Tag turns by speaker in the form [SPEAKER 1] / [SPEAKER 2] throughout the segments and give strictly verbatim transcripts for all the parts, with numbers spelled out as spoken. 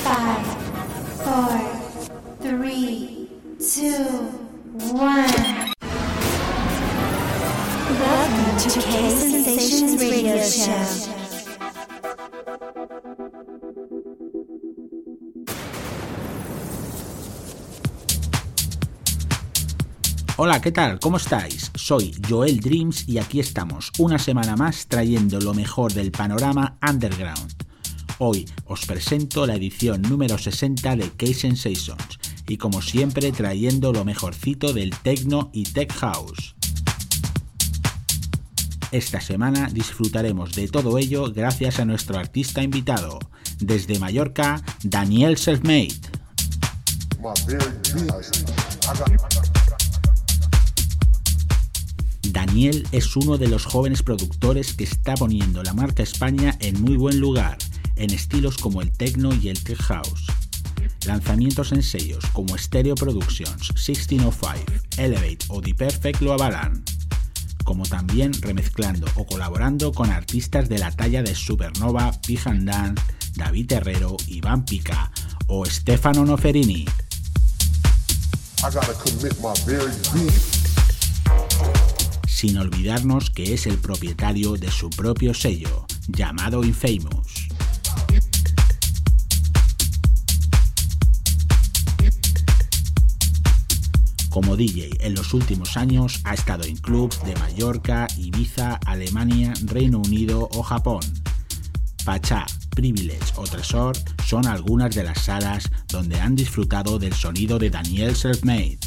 [SPEAKER 1] Five, four, three, two, one. Welcome to K-Sensations Radio Show.
[SPEAKER 2] Hola, ¿qué tal? ¿Cómo estáis? Soy Joel Dreams y aquí estamos una semana más trayendo lo mejor del panorama underground. Hoy os presento la edición número sesenta de K-Sensations y como siempre trayendo lo mejorcito del techno y tech house. Esta semana disfrutaremos de todo ello gracias a nuestro artista invitado, desde Mallorca, Daniel Selfmade. Daniel es uno de los jóvenes productores que está poniendo la marca España en muy buen lugar, en estilos como el techno y el tech house. Lanzamientos en sellos como Stereo Productions, sixteen oh five, Elevate o The Perfect lo avalan, como también remezclando o colaborando con artistas de la talla de Supernova, Pijan Dance, David Herrero, Iván Pica o Stefano Noferini. Sin olvidarnos que es el propietario de su propio sello, llamado Infamous. Como D J en los últimos años ha estado en clubs de Mallorca, Ibiza, Alemania, Reino Unido o Japón. Pachá, Privilege o Tresor son algunas de las salas donde han disfrutado del sonido de Daniel Selfmade.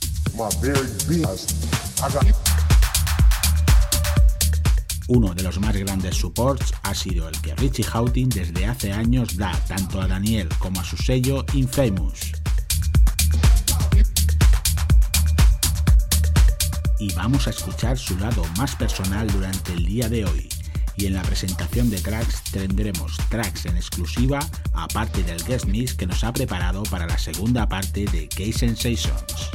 [SPEAKER 2] Uno de los más grandes supports ha sido el que Richie Houghton desde hace años da tanto a Daniel como a su sello Infamous. Y vamos a escuchar su lado más personal durante el día de hoy. Y en la presentación de tracks tendremos tracks en exclusiva, aparte del guest mix que nos ha preparado para la segunda parte de K-Sensations.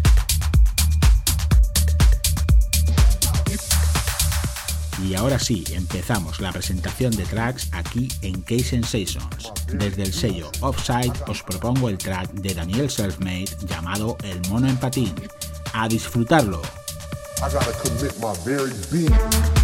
[SPEAKER 2] Y ahora sí, empezamos la presentación de tracks aquí en K-Sensations. Desde el sello Offside os propongo el track de Daniel Selfmade llamado El Mono en Patín. ¡A disfrutarlo!
[SPEAKER 3] I gotta commit my very being.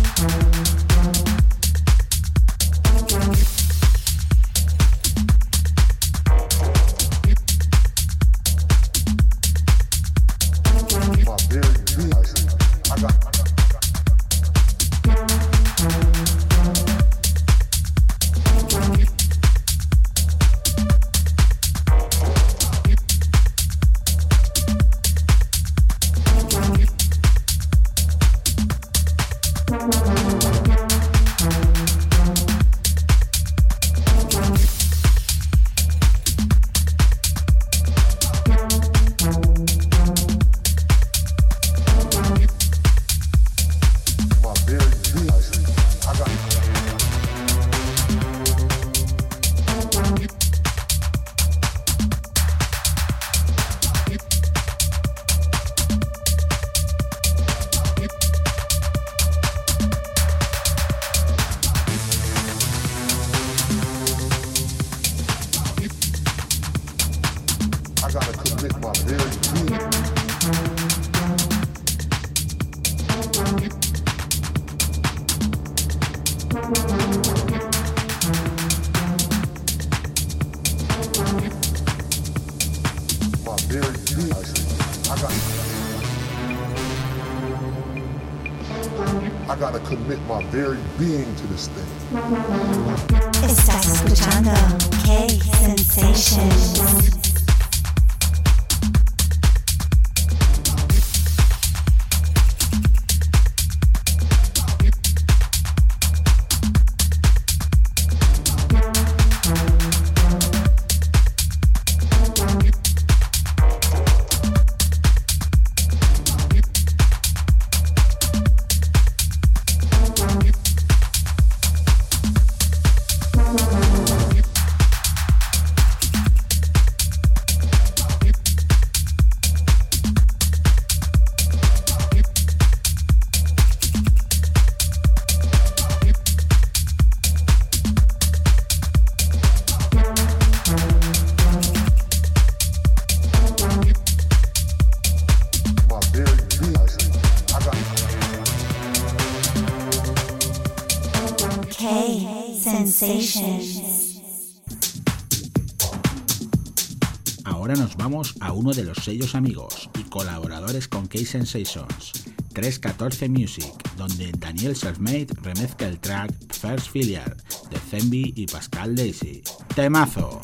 [SPEAKER 1] Estás escuchando K-Sensations. Sensations.
[SPEAKER 2] Ahora nos vamos a uno de los sellos amigos y colaboradores con K-Sensations, tres catorce Music, donde Daniel Selfmade remezcla el track First Filial de Zenby y Pascal Daisy. ¡Temazo!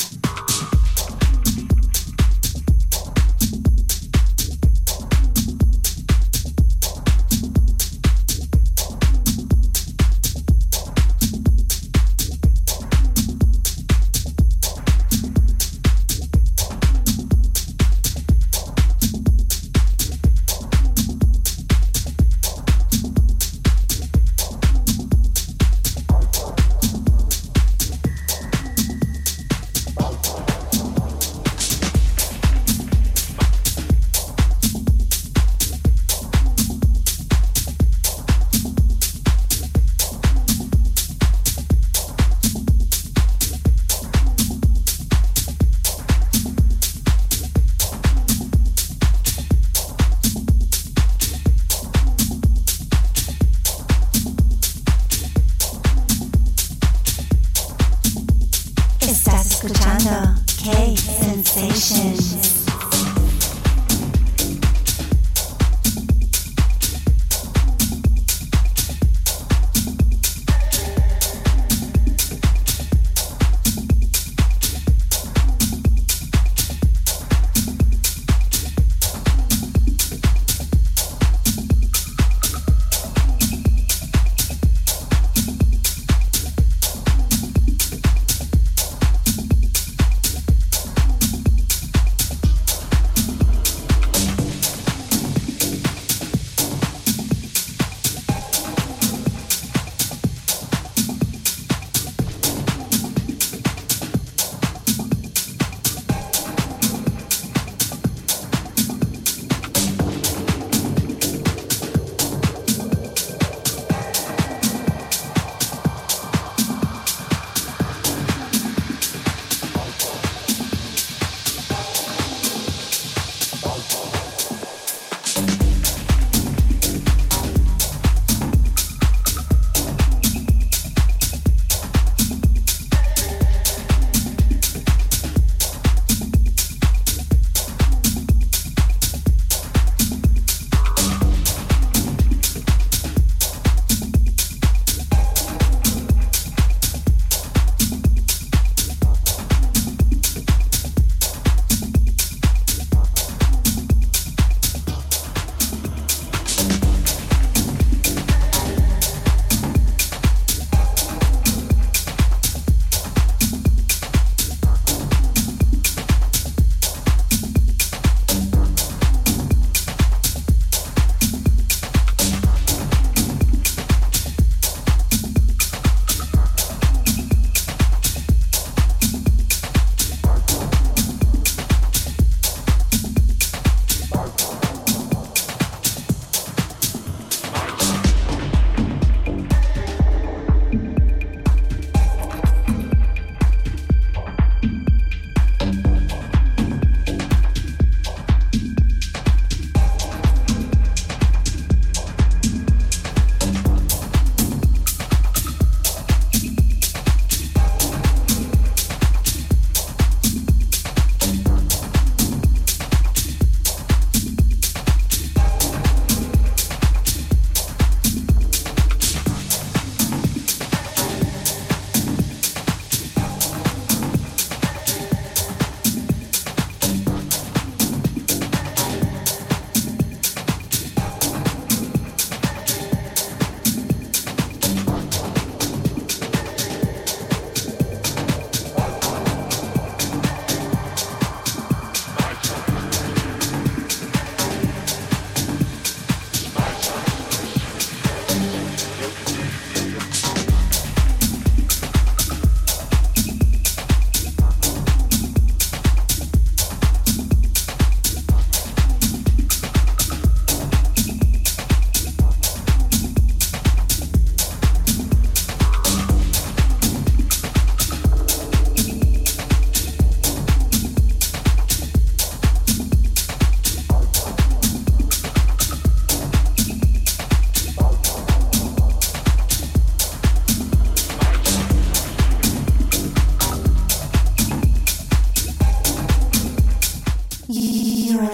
[SPEAKER 1] Escuchando K-Sensations.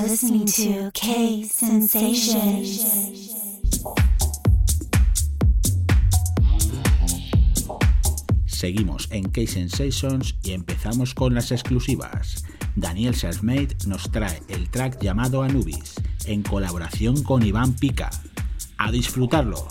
[SPEAKER 1] listening to K Sensations.
[SPEAKER 2] Seguimos en K Sensations y empezamos con las exclusivas. Daniel Selfmade nos trae el track llamado Anubis, en colaboración con Iván Pica. ¡A disfrutarlo!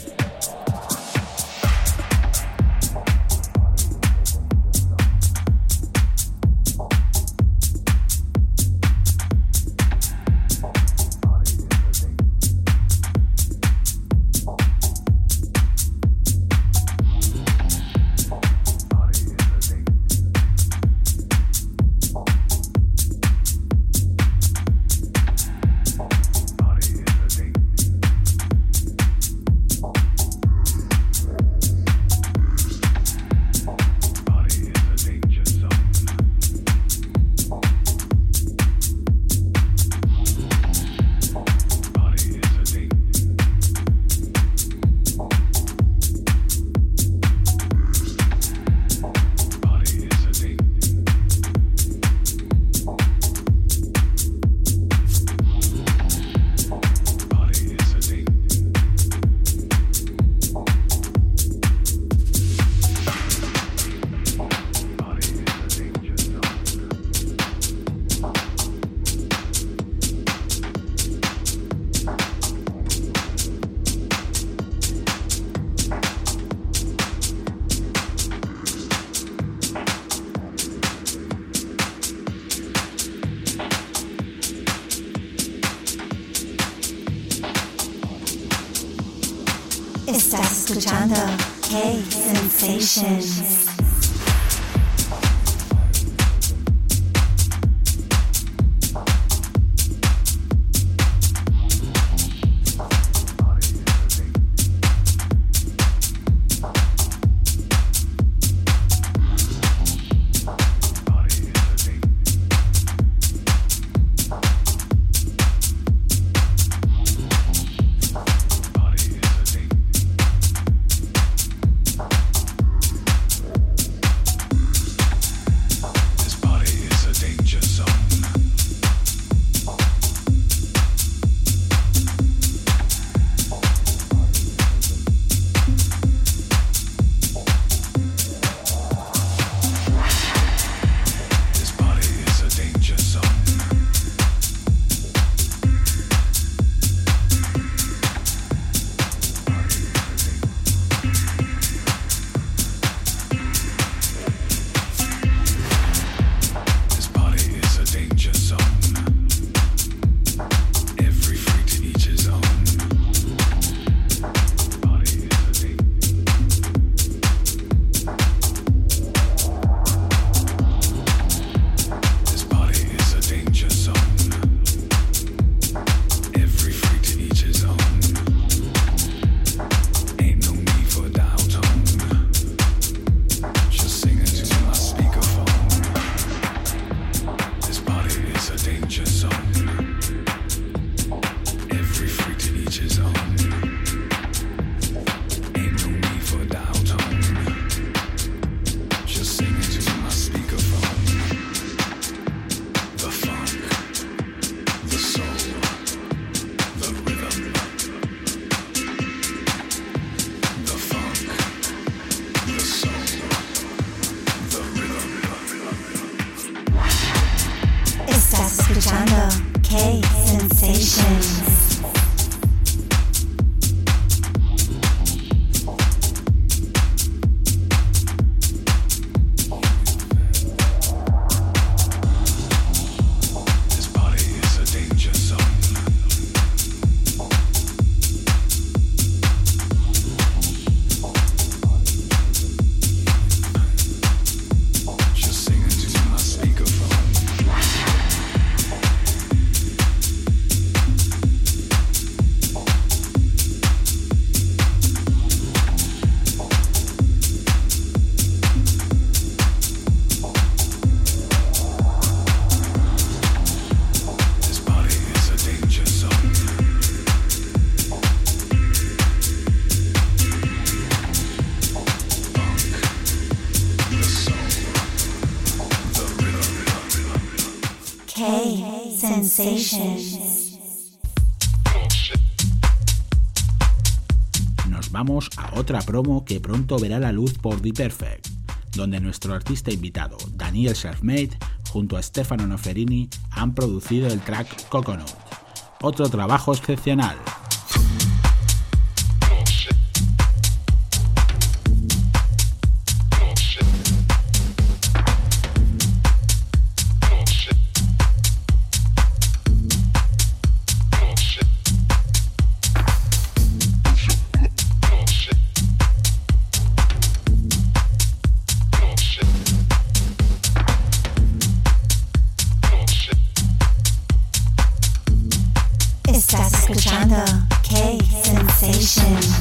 [SPEAKER 1] Estás escuchando K Sensations. Escuchando K Sensations. K Sensations.
[SPEAKER 2] Nos vamos a otra promo que pronto verá la luz por The Perfect, donde nuestro artista invitado, Daniel Selfmade, junto a Stefano Noferini, han producido el track Coconut, otro trabajo excepcional.
[SPEAKER 1] Estás escuchando K-Sensations.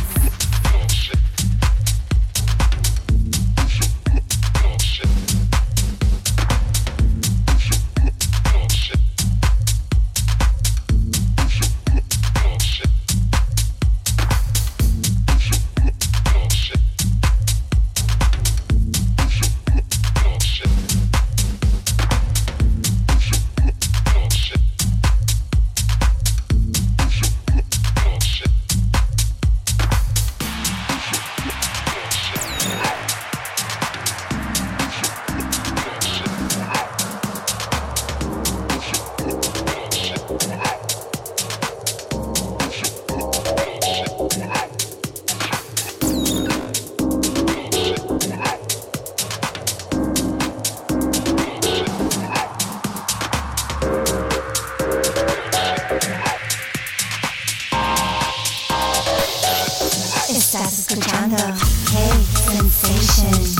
[SPEAKER 1] Estás escuchando K-Sensations.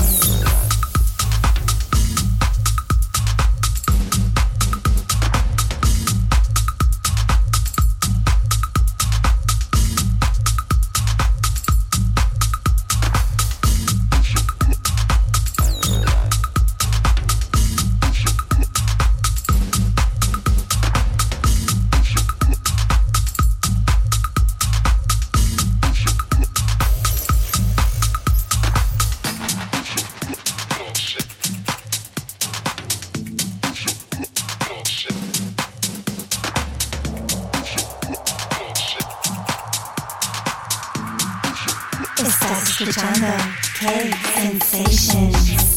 [SPEAKER 1] Estás escuchando K-Sensations.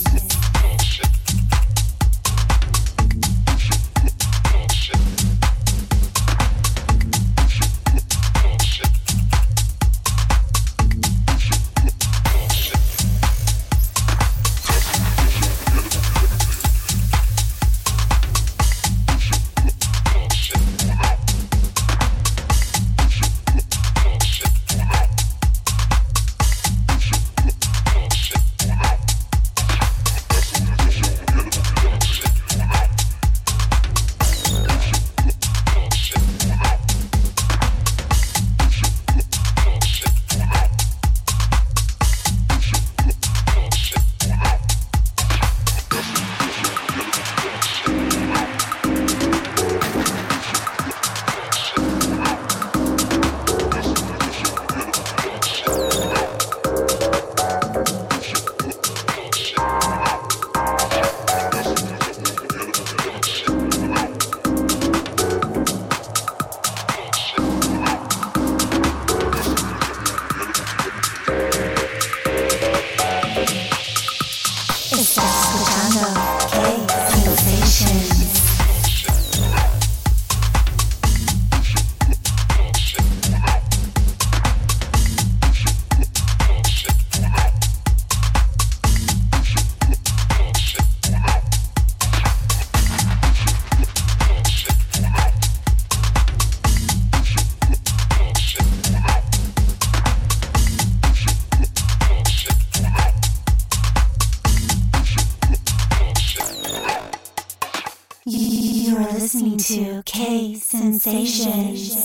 [SPEAKER 1] You're listening to K-Sensations.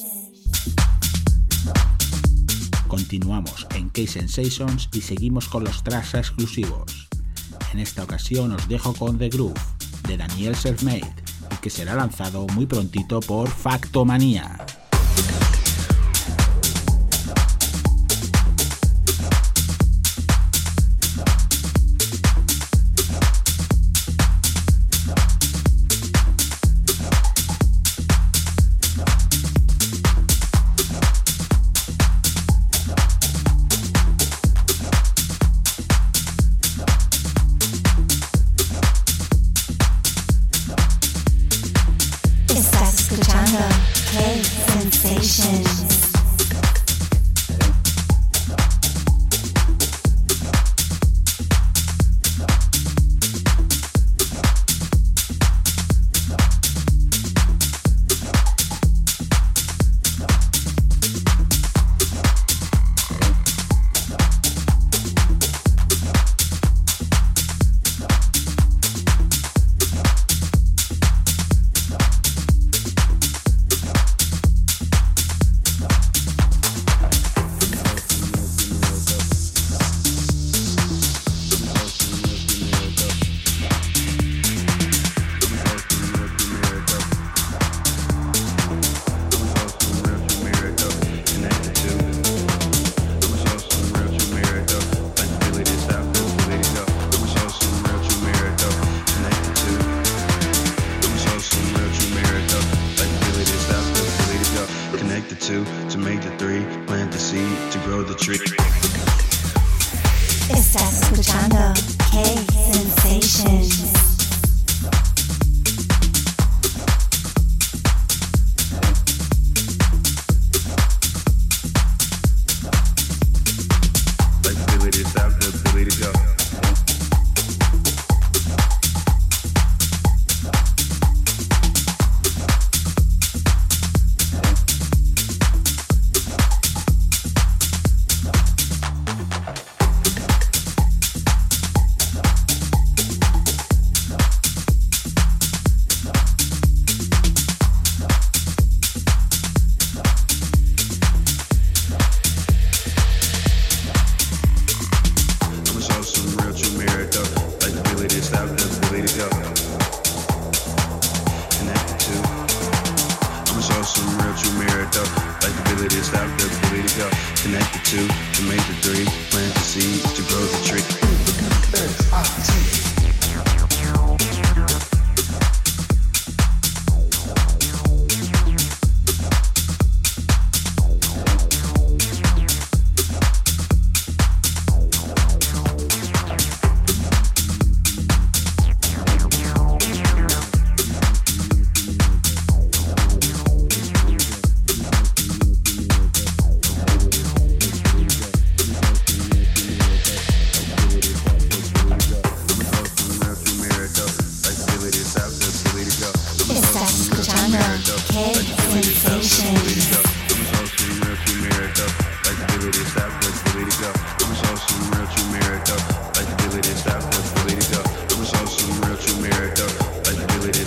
[SPEAKER 2] Continuamos en K-Sensations y seguimos con los tracks exclusivos. En esta ocasión os dejo con The Groove, de Daniel Selfmade, y que será lanzado muy prontito por Factomania.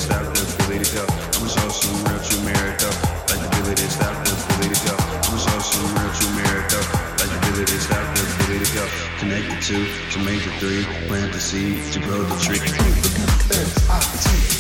[SPEAKER 4] stop, then fully to go. I'm so some real true merit though. Like the ability to stop, then fully to go. I'm so some real true merit though. Like the ability to stop, then fully to go. Connect the two to make the three. Plant the seed to grow the tree.
[SPEAKER 3] S I T.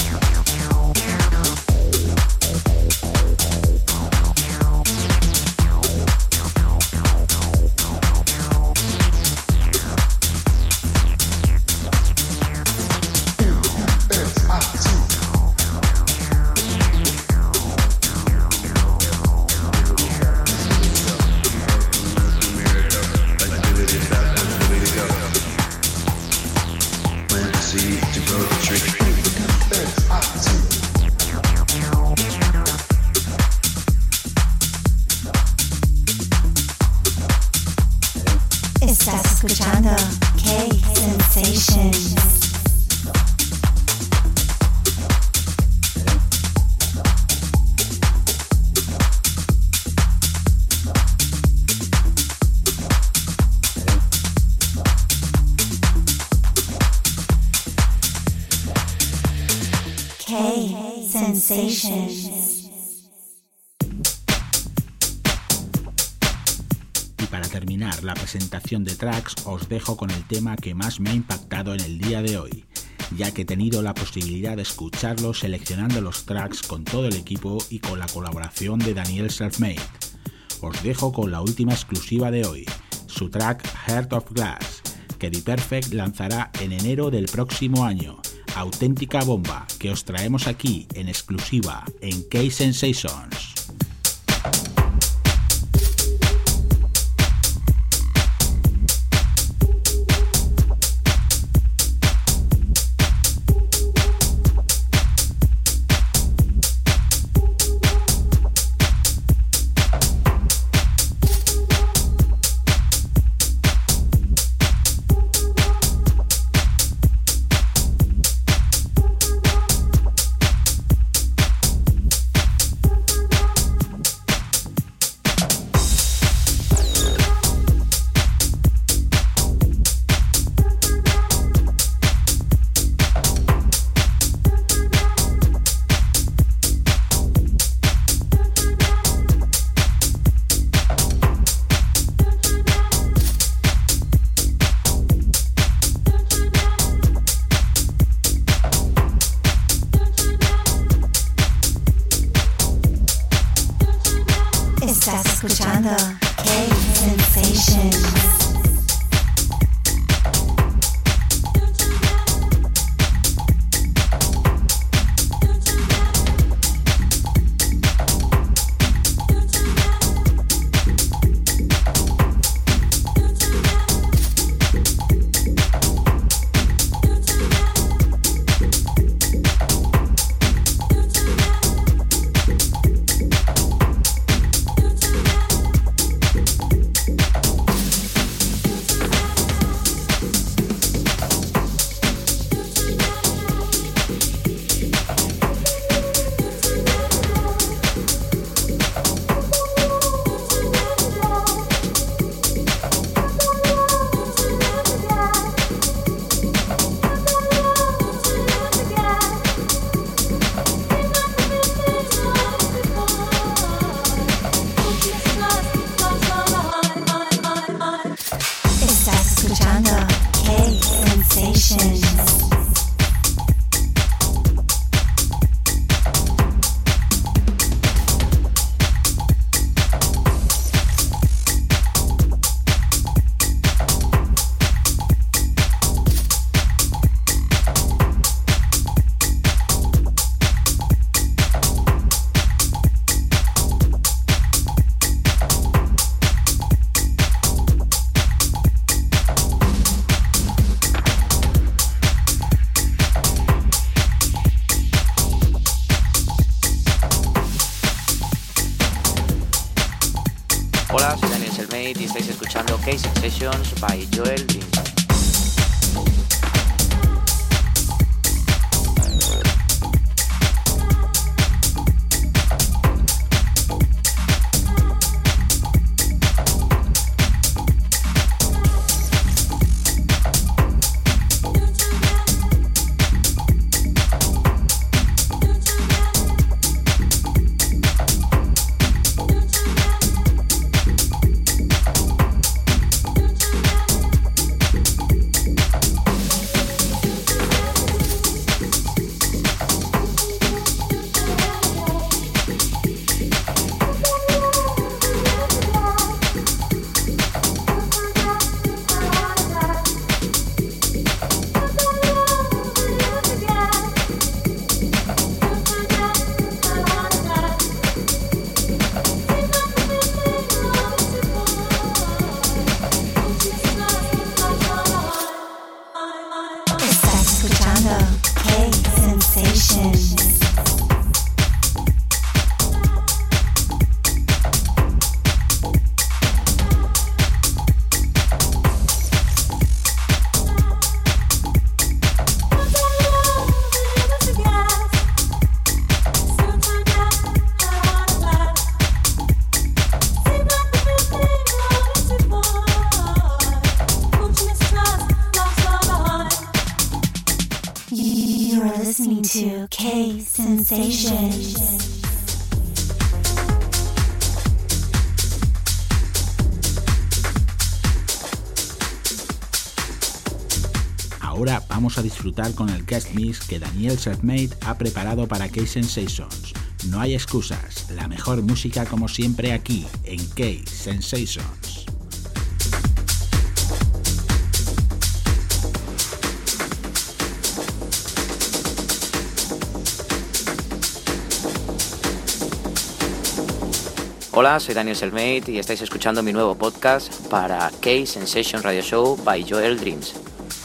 [SPEAKER 1] Estás escuchando K-Sensations. K-Sensations.
[SPEAKER 2] Y para terminar la presentación de tracks os dejo con el tema que más me ha impactado en el día de hoy, ya que he tenido la posibilidad de escucharlo seleccionando los tracks con todo el equipo y con la colaboración de Daniel Selfmade. Os dejo con la última exclusiva de hoy, su track Heart of Glass, que The Perfect lanzará en enero del próximo año. Auténtica bomba que os traemos aquí en exclusiva en K-Sensations.
[SPEAKER 1] Estás escuchando K-Sensations.
[SPEAKER 5] Hola, soy Daniel Selmade y estáis escuchando K-Sensations by Joel Lin.
[SPEAKER 1] to K-Sensations.
[SPEAKER 2] Ahora vamos a disfrutar con el guest mix que Daniel Selfmade ha preparado para K-Sensations. No hay excusas, la mejor música como siempre aquí en K-Sensations.
[SPEAKER 5] Hola, soy Daniel Selfmade y estáis escuchando mi nuevo podcast para K-Sensation Radio Show by Joel Dreams.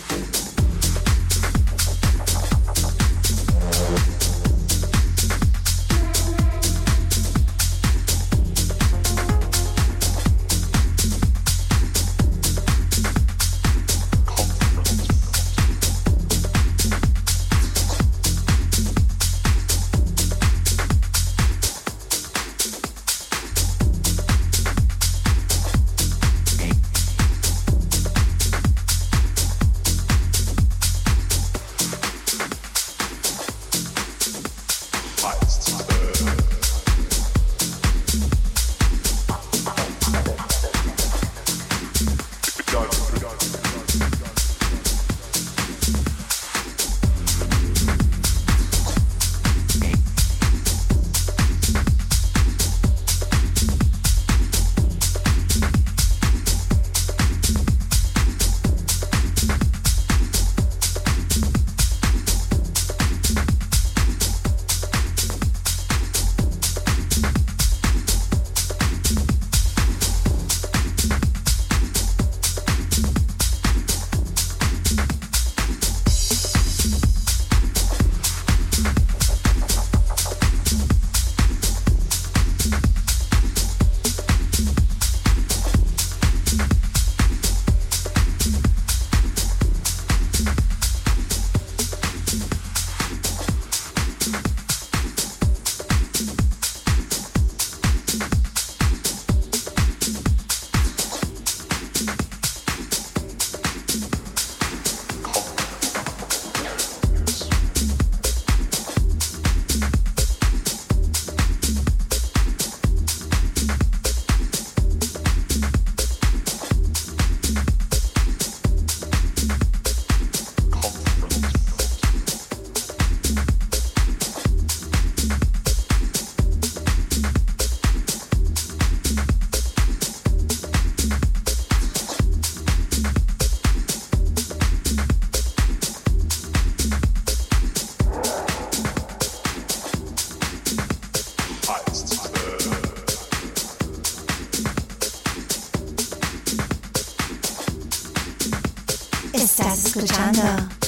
[SPEAKER 1] Estás escuchando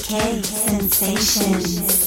[SPEAKER 1] K-Sensations.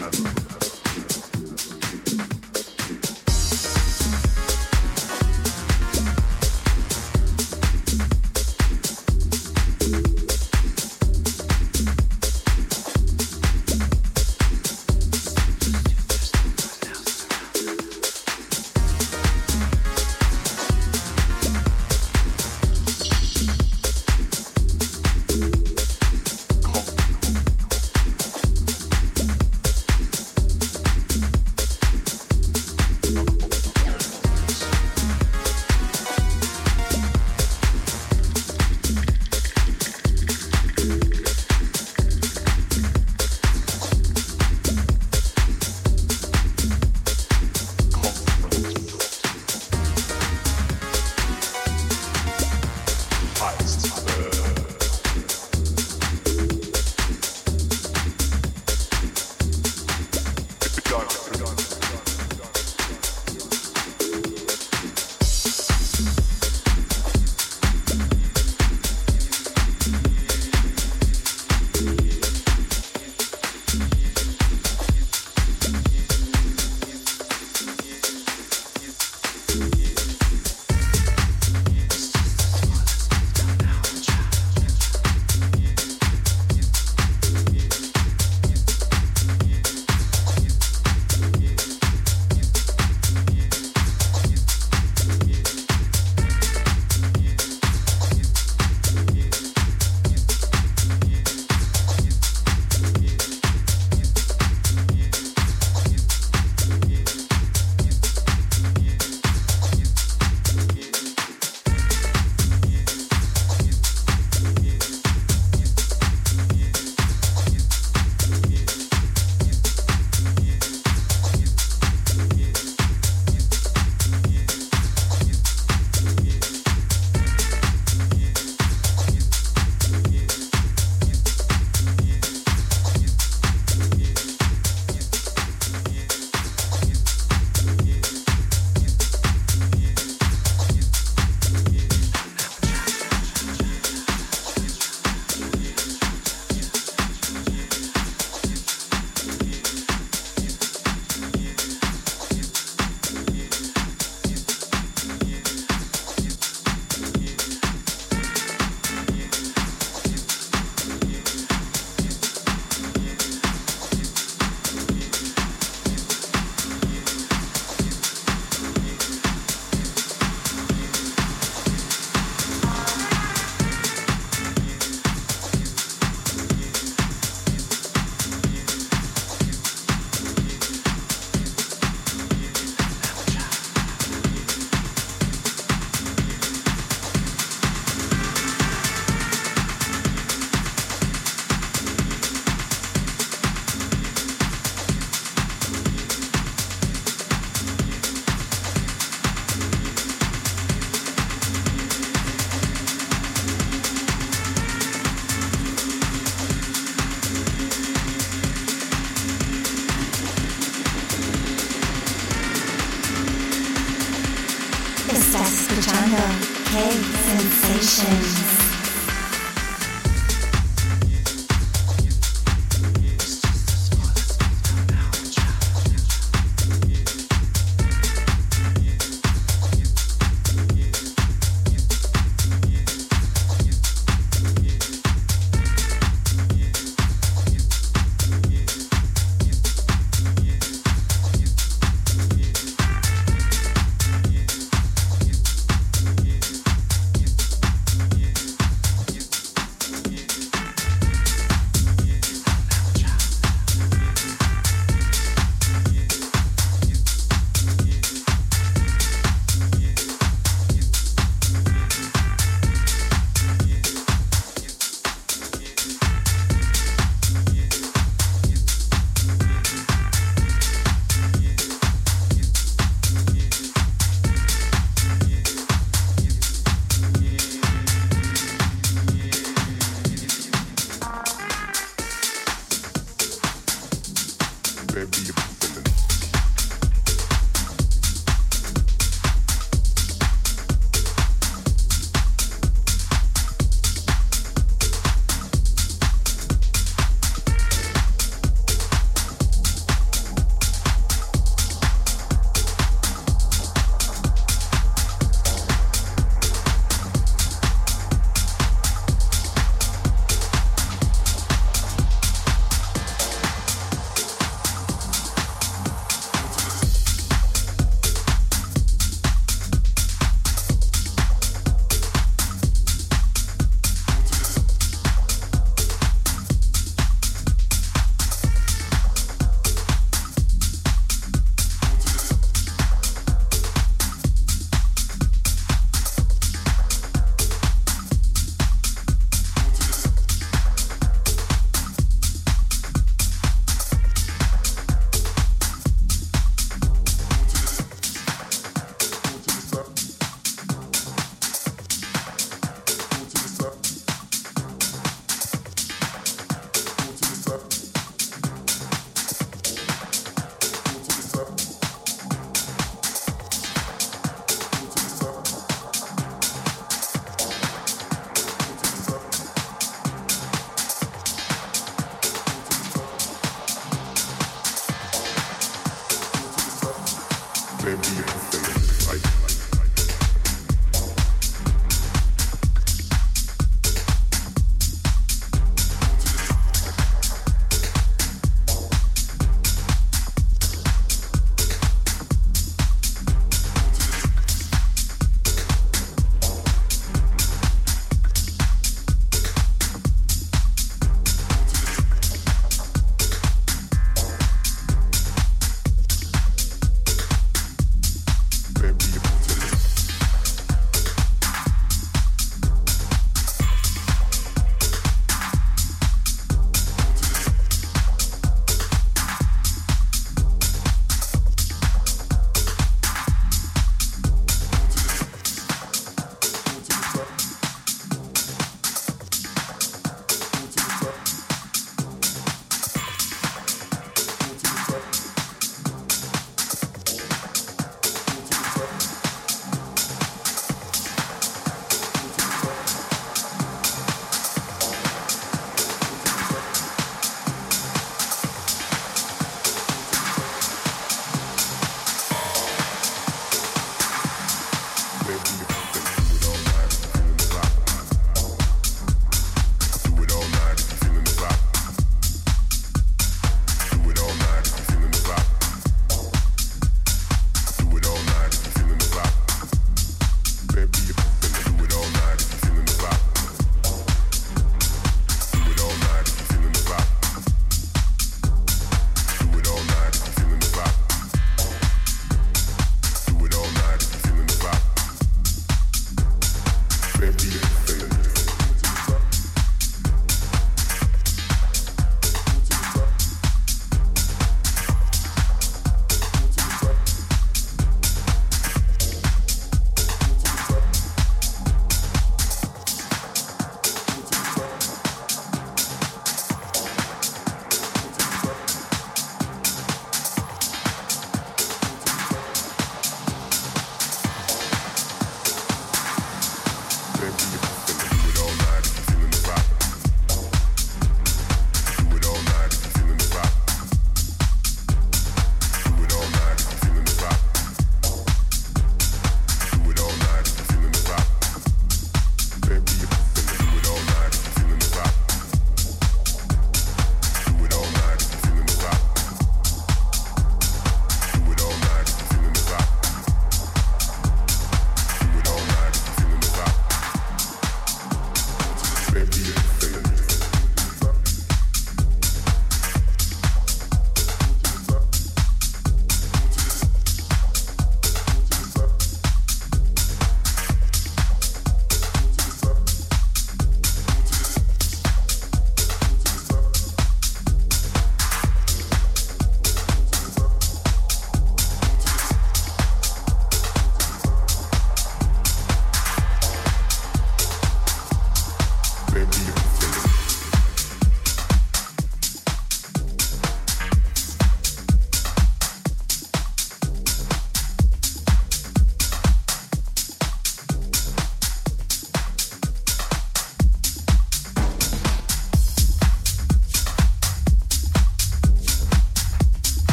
[SPEAKER 1] Estás escuchando K-Sensations.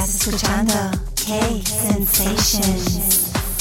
[SPEAKER 1] Estás escuchando K-Sensations.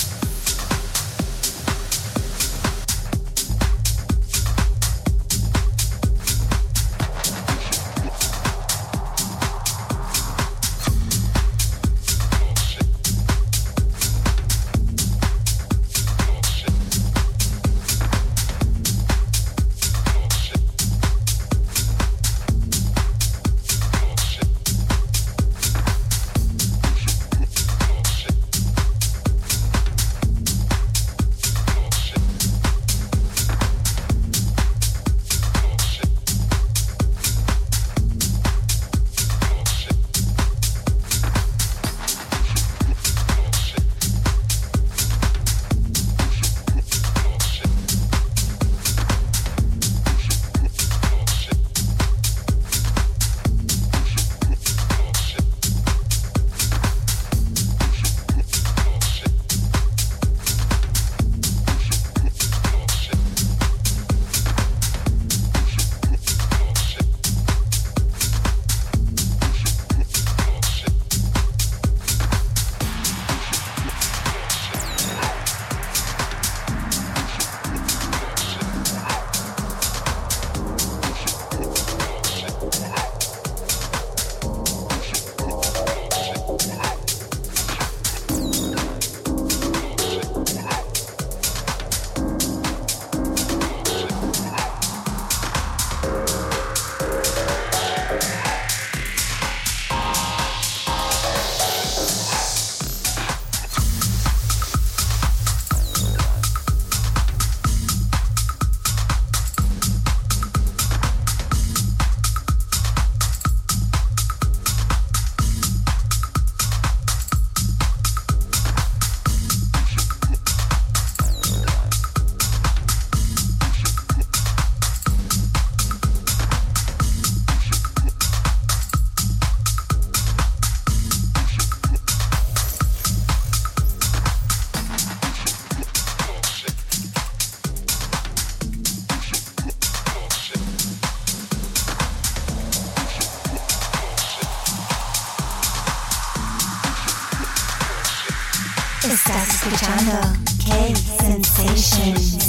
[SPEAKER 1] Estás escuchando K-Sensations.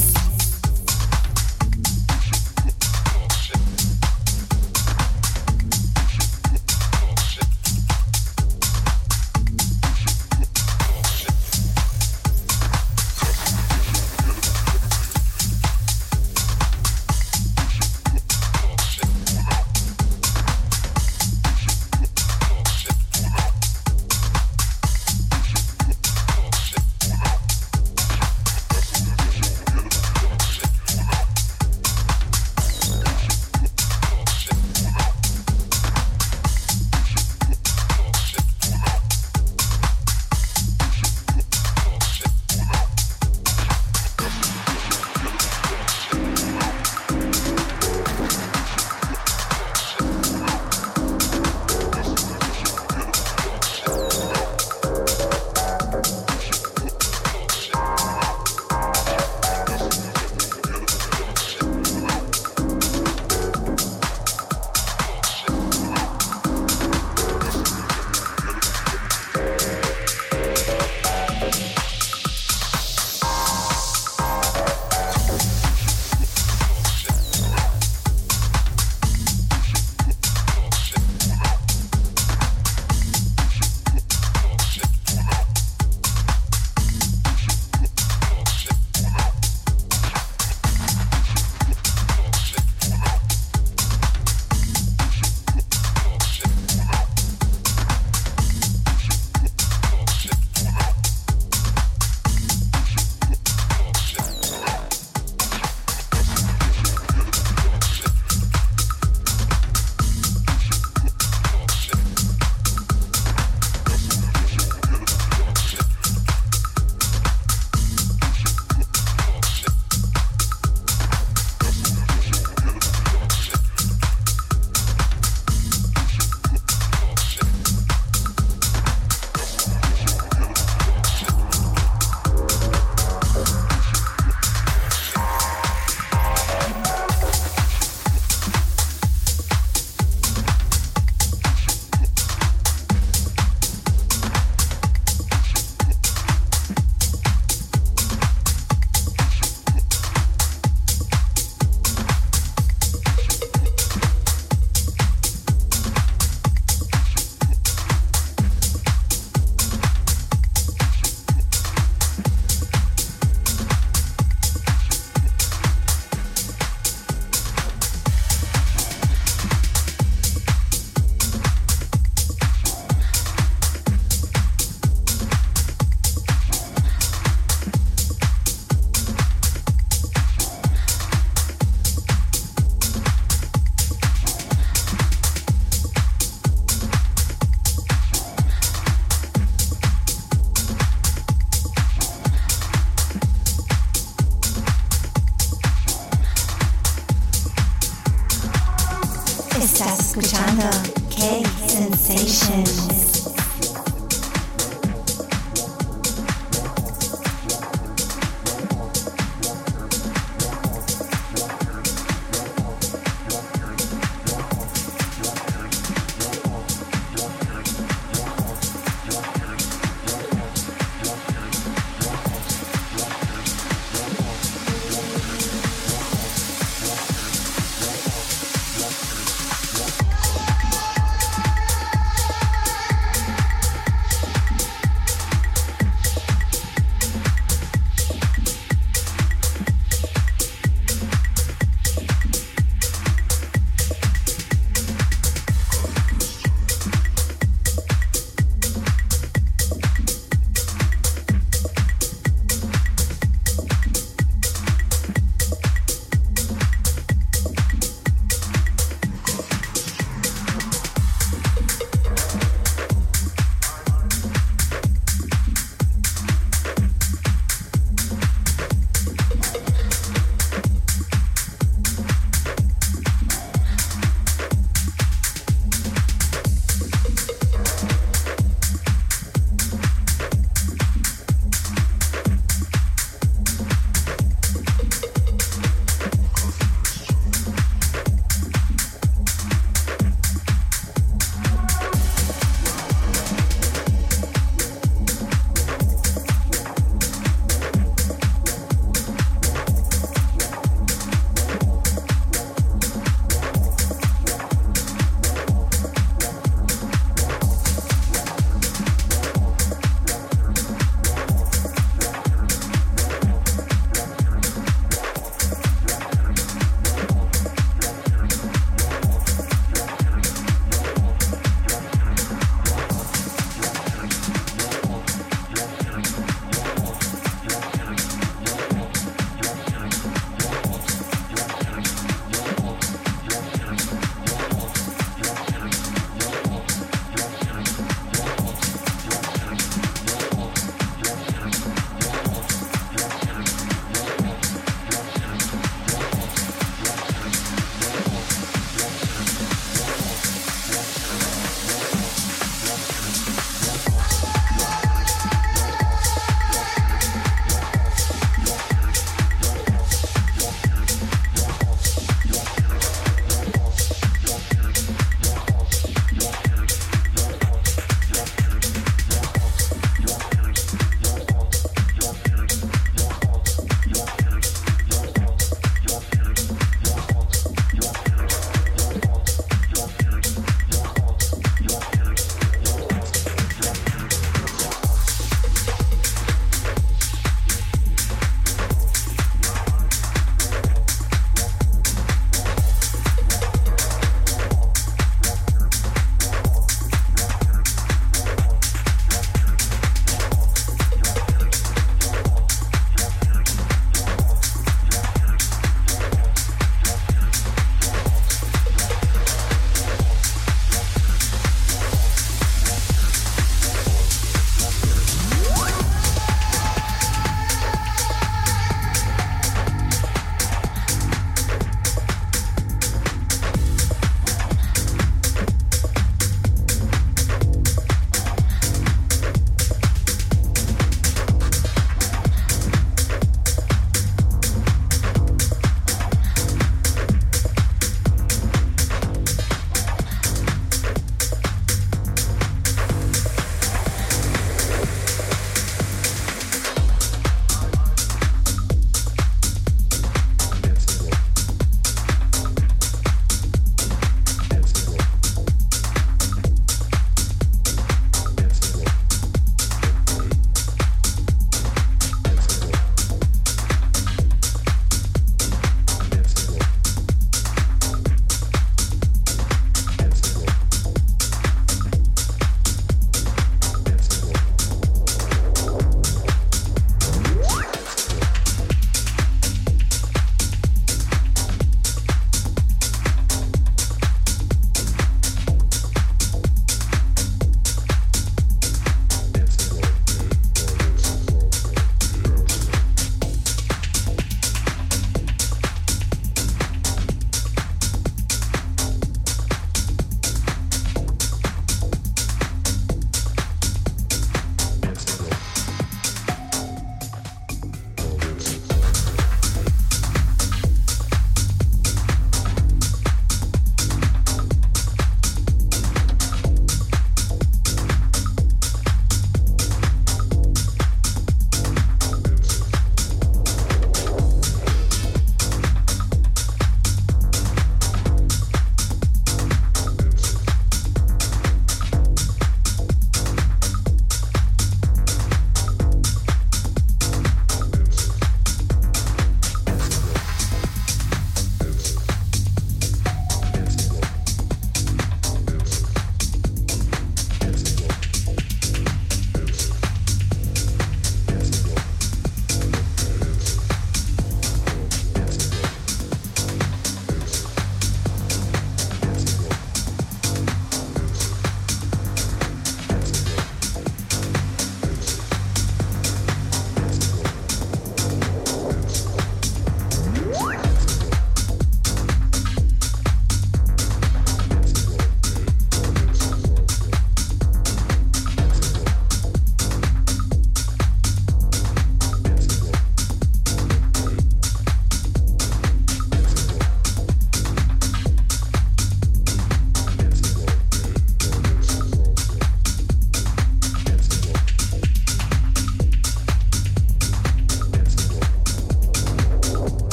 [SPEAKER 1] Estás escuchando K-Sensations.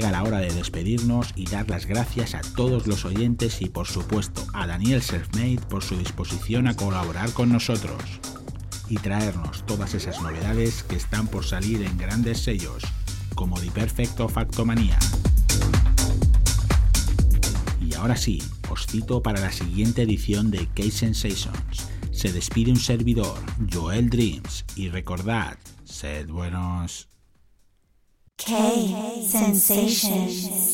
[SPEAKER 2] llega la hora de despedirnos y dar las gracias a todos los oyentes y por supuesto a Daniel Selfmade por su disposición a colaborar con nosotros y traernos todas esas novedades que están por salir en grandes sellos como The Perfect o Factomanía. Y ahora sí, os cito para la siguiente edición de K-Sensations. Se despide un servidor, Joel Dreams, y recordad, sed buenos.
[SPEAKER 1] K-Sensations.